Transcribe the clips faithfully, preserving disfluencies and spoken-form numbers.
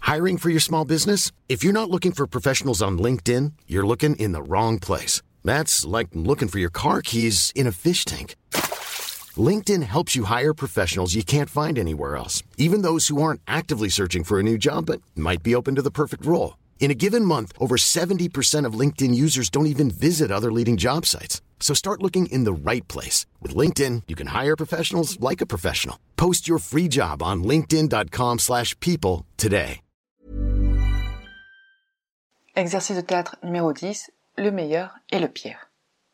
Hiring for your small business? If you're not looking for professionals on LinkedIn, you're looking in the wrong place. That's like looking for your car keys in a fish tank. LinkedIn helps you hire professionals you can't find anywhere else, even those who aren't actively searching for a new job but might be open to the perfect role. In a given month, over seventy percent of LinkedIn users don't even visit other leading job sites. So start looking in the right place. With LinkedIn, you can hire professionals like a professional. Post your free job on linkedin.com slash people today. Exercice de théâtre numéro dix, le meilleur et le pire.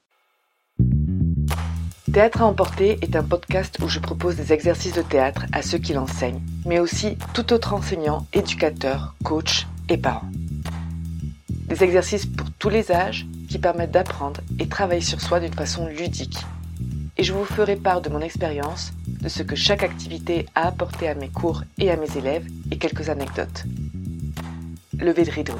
Théâtre à emporter est un podcast où je propose des exercices de théâtre à ceux qui l'enseignent, mais aussi tout autre enseignant, éducateur, coach et parent. Des exercices pour tous les âges qui permettent d'apprendre et travailler sur soi d'une façon ludique. Et je vous ferai part de mon expérience, de ce que chaque activité a apporté à mes cours et à mes élèves et quelques anecdotes. Levée de rideau.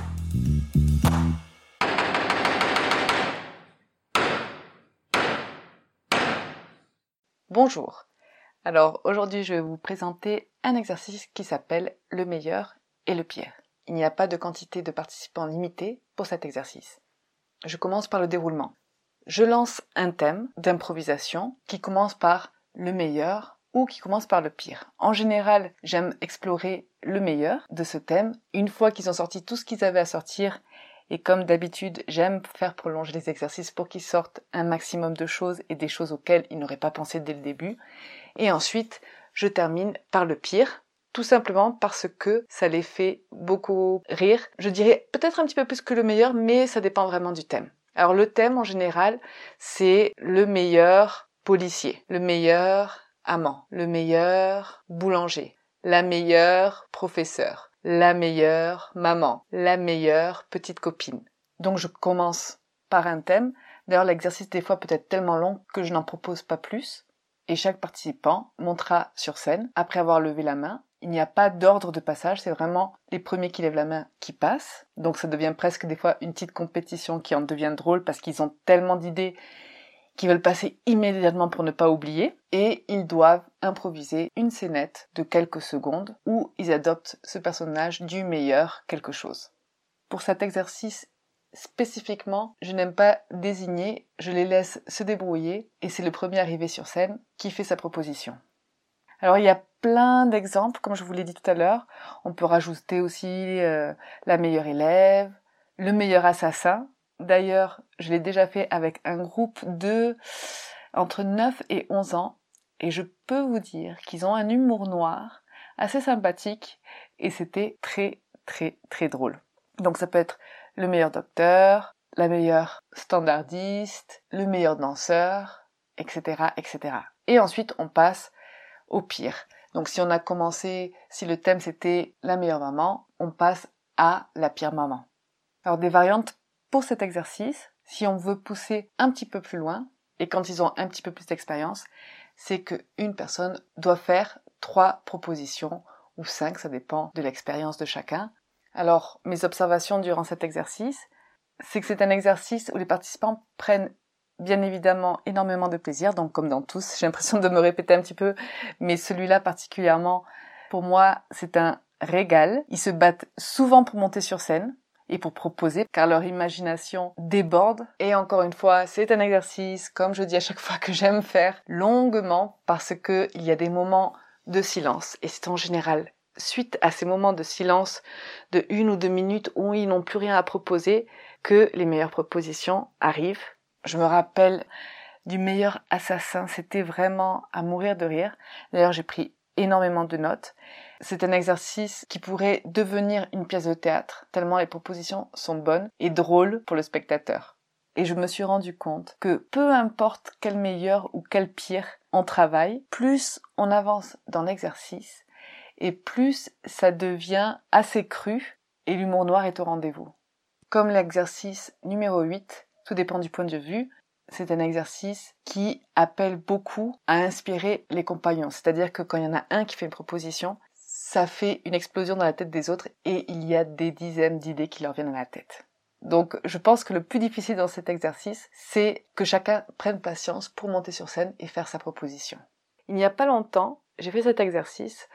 Bonjour. Alors aujourd'hui je vais vous présenter un exercice qui s'appelle le meilleur et le pire. Il n'y a pas de quantité de participants limitée pour cet exercice. Je commence par le déroulement. Je lance un thème d'improvisation qui commence par le meilleur ou qui commence par le pire. En général, j'aime explorer le meilleur de ce thème une fois qu'ils ont sorti tout ce qu'ils avaient à sortir. Et comme d'habitude, j'aime faire prolonger les exercices pour qu'ils sortent un maximum de choses et des choses auxquelles ils n'auraient pas pensé dès le début. Et ensuite, je termine par le pire, tout simplement parce que ça les fait beaucoup rire. Je dirais peut-être un petit peu plus que le meilleur, mais ça dépend vraiment du thème. Alors le thème en général, c'est le meilleur policier, le meilleur amant, le meilleur boulanger, la meilleure professeure, la meilleure maman, la meilleure petite copine. Donc je commence par un thème. D'ailleurs l'exercice des fois peut être tellement long que je n'en propose pas plus. Et chaque participant montera sur scène après avoir levé la main. Il n'y a pas d'ordre de passage, c'est vraiment les premiers qui lèvent la main qui passent. Donc ça devient presque des fois une petite compétition qui en devient drôle parce qu'ils ont tellement d'idées qu'ils veulent passer immédiatement pour ne pas oublier. Et ils doivent improviser une scénette de quelques secondes où ils adoptent ce personnage du meilleur quelque chose. Pour cet exercice spécifiquement, je n'aime pas désigner, je les laisse se débrouiller et c'est le premier arrivé sur scène qui fait sa proposition. Alors il y a plein d'exemples, comme je vous l'ai dit tout à l'heure. On peut rajouter aussi euh, la meilleure élève, le meilleur assassin. D'ailleurs, je l'ai déjà fait avec un groupe de entre neuf et onze ans et je peux vous dire qu'ils ont un humour noir assez sympathique et c'était très très très drôle. Donc ça peut être le meilleur docteur, la meilleure standardiste, le meilleur danseur, et cetera, et cetera. Et ensuite on passe au pire. Donc si on a commencé, si le thème c'était la meilleure maman, on passe à la pire maman. Alors des variantes pour cet exercice, si on veut pousser un petit peu plus loin, et quand ils ont un petit peu plus d'expérience, c'est qu'une personne doit faire trois propositions, ou cinq, ça dépend de l'expérience de chacun. Alors, mes observations durant cet exercice, c'est que c'est un exercice où les participants prennent bien évidemment énormément de plaisir, donc comme dans tous, j'ai l'impression de me répéter un petit peu, mais celui-là particulièrement, pour moi, c'est un régal. Ils se battent souvent pour monter sur scène, et pour proposer, car leur imagination déborde. Et encore une fois, c'est un exercice, comme je dis à chaque fois, que j'aime faire longuement, parce que il y a des moments de silence. Et c'est en général suite à ces moments de silence de une ou deux minutes où ils n'ont plus rien à proposer que les meilleures propositions arrivent. Je me rappelle du meilleur assassin, c'était vraiment à mourir de rire. D'ailleurs, j'ai pris énormément de notes. C'est un exercice qui pourrait devenir une pièce de théâtre, tellement les propositions sont bonnes et drôles pour le spectateur. Et je me suis rendu compte que peu importe quel meilleur ou quel pire on travaille, plus on avance dans l'exercice et plus ça devient assez cru et l'humour noir est au rendez-vous. Comme l'exercice numéro huit, tout dépend du point de vue, c'est un exercice qui appelle beaucoup à inspirer les compagnons. C'est-à-dire que quand il y en a un qui fait une proposition, ça fait une explosion dans la tête des autres et il y a des dizaines d'idées qui leur viennent à la tête. Donc je pense que le plus difficile dans cet exercice, c'est que chacun prenne patience pour monter sur scène et faire sa proposition. Il n'y a pas longtemps, j'ai fait cet exercice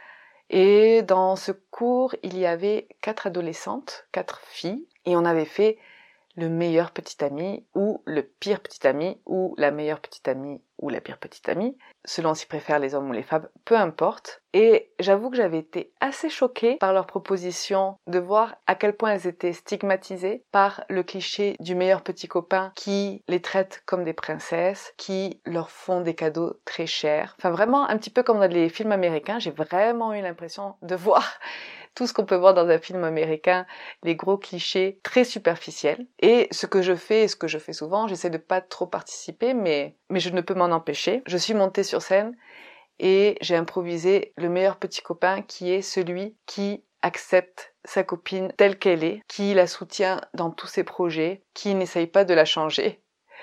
Et dans ce cours, il y avait quatre adolescentes, quatre filles, et on avait fait le meilleur petit ami ou le pire petit ami ou la meilleure petite amie ou la pire petite amie, selon s'ils préfèrent les hommes ou les femmes, peu importe. Et j'avoue que j'avais été assez choquée par leurs propositions, de voir à quel point elles étaient stigmatisées par le cliché du meilleur petit copain qui les traite comme des princesses, qui leur font des cadeaux très chers. Enfin vraiment un petit peu comme dans les films américains, j'ai vraiment eu l'impression de voir tout ce qu'on peut voir dans un film américain, les gros clichés très superficiels. Et ce que je fais, et ce que je fais souvent, j'essaie de pas trop participer, mais, mais je ne peux m'en empêcher. Je suis montée sur scène et j'ai improvisé le meilleur petit copain qui est celui qui accepte sa copine telle qu'elle est, qui la soutient dans tous ses projets, qui n'essaye pas de la changer.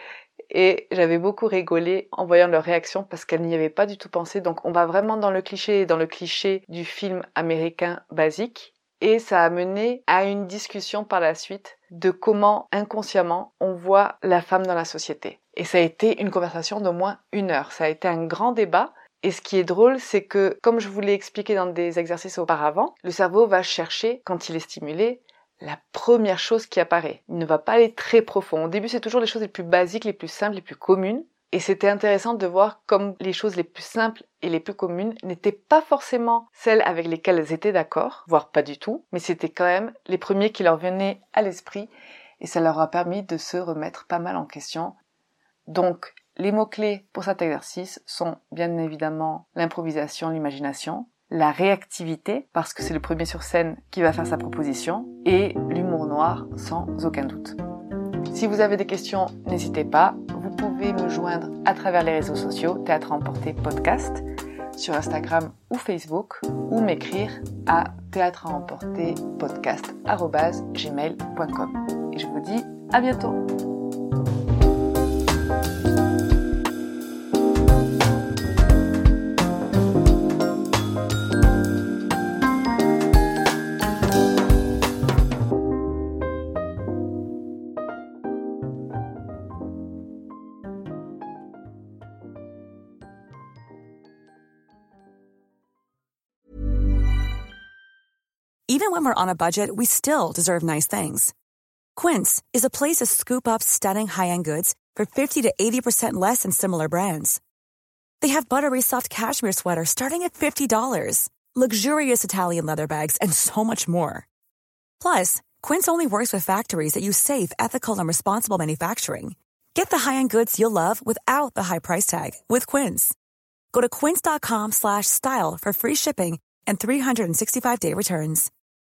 Et j'avais beaucoup rigolé en voyant leur réaction parce qu'elles n'y avaient pas du tout pensé. Donc on va vraiment dans le cliché, dans le cliché du film américain basique. Et ça a mené à une discussion par la suite de comment inconsciemment on voit la femme dans la société. Et ça a été une conversation d'au moins une heure. Ça a été un grand débat. Et ce qui est drôle, c'est que, comme je vous l'ai expliqué dans des exercices auparavant, le cerveau va chercher, quand il est stimulé, la première chose qui apparaît. Il ne va pas aller très profond. Au début, c'est toujours les choses les plus basiques, les plus simples, les plus communes. Et c'était intéressant de voir comme les choses les plus simples et les plus communes n'étaient pas forcément celles avec lesquelles elles étaient d'accord, voire pas du tout, mais c'était quand même les premiers qui leur venaient à l'esprit et ça leur a permis de se remettre pas mal en question. Donc, les mots-clés pour cet exercice sont bien évidemment l'improvisation, l'imagination, la réactivité, parce que c'est le premier sur scène qui va faire sa proposition, et l'humour noir sans aucun doute. Si vous avez des questions, n'hésitez pas, vous pouvez me joindre à travers les réseaux sociaux Théâtre à emporter podcast, sur Instagram ou Facebook, ou m'écrire à théâtre à emporter podcast arobase gmail point com. Et je vous dis à bientôt. Even when we're on a budget, we still deserve nice things. Quince is a place to scoop up stunning high-end goods for fifty to eighty percent less than similar brands. They have buttery soft cashmere sweaters starting at fifty dollars, luxurious Italian leather bags, and so much more. Plus, Quince only works with factories that use safe, ethical, and responsible manufacturing. Get the high-end goods you'll love without the high price tag with Quince. Go to quince dot com slash style for free shipping and three sixty-five day returns.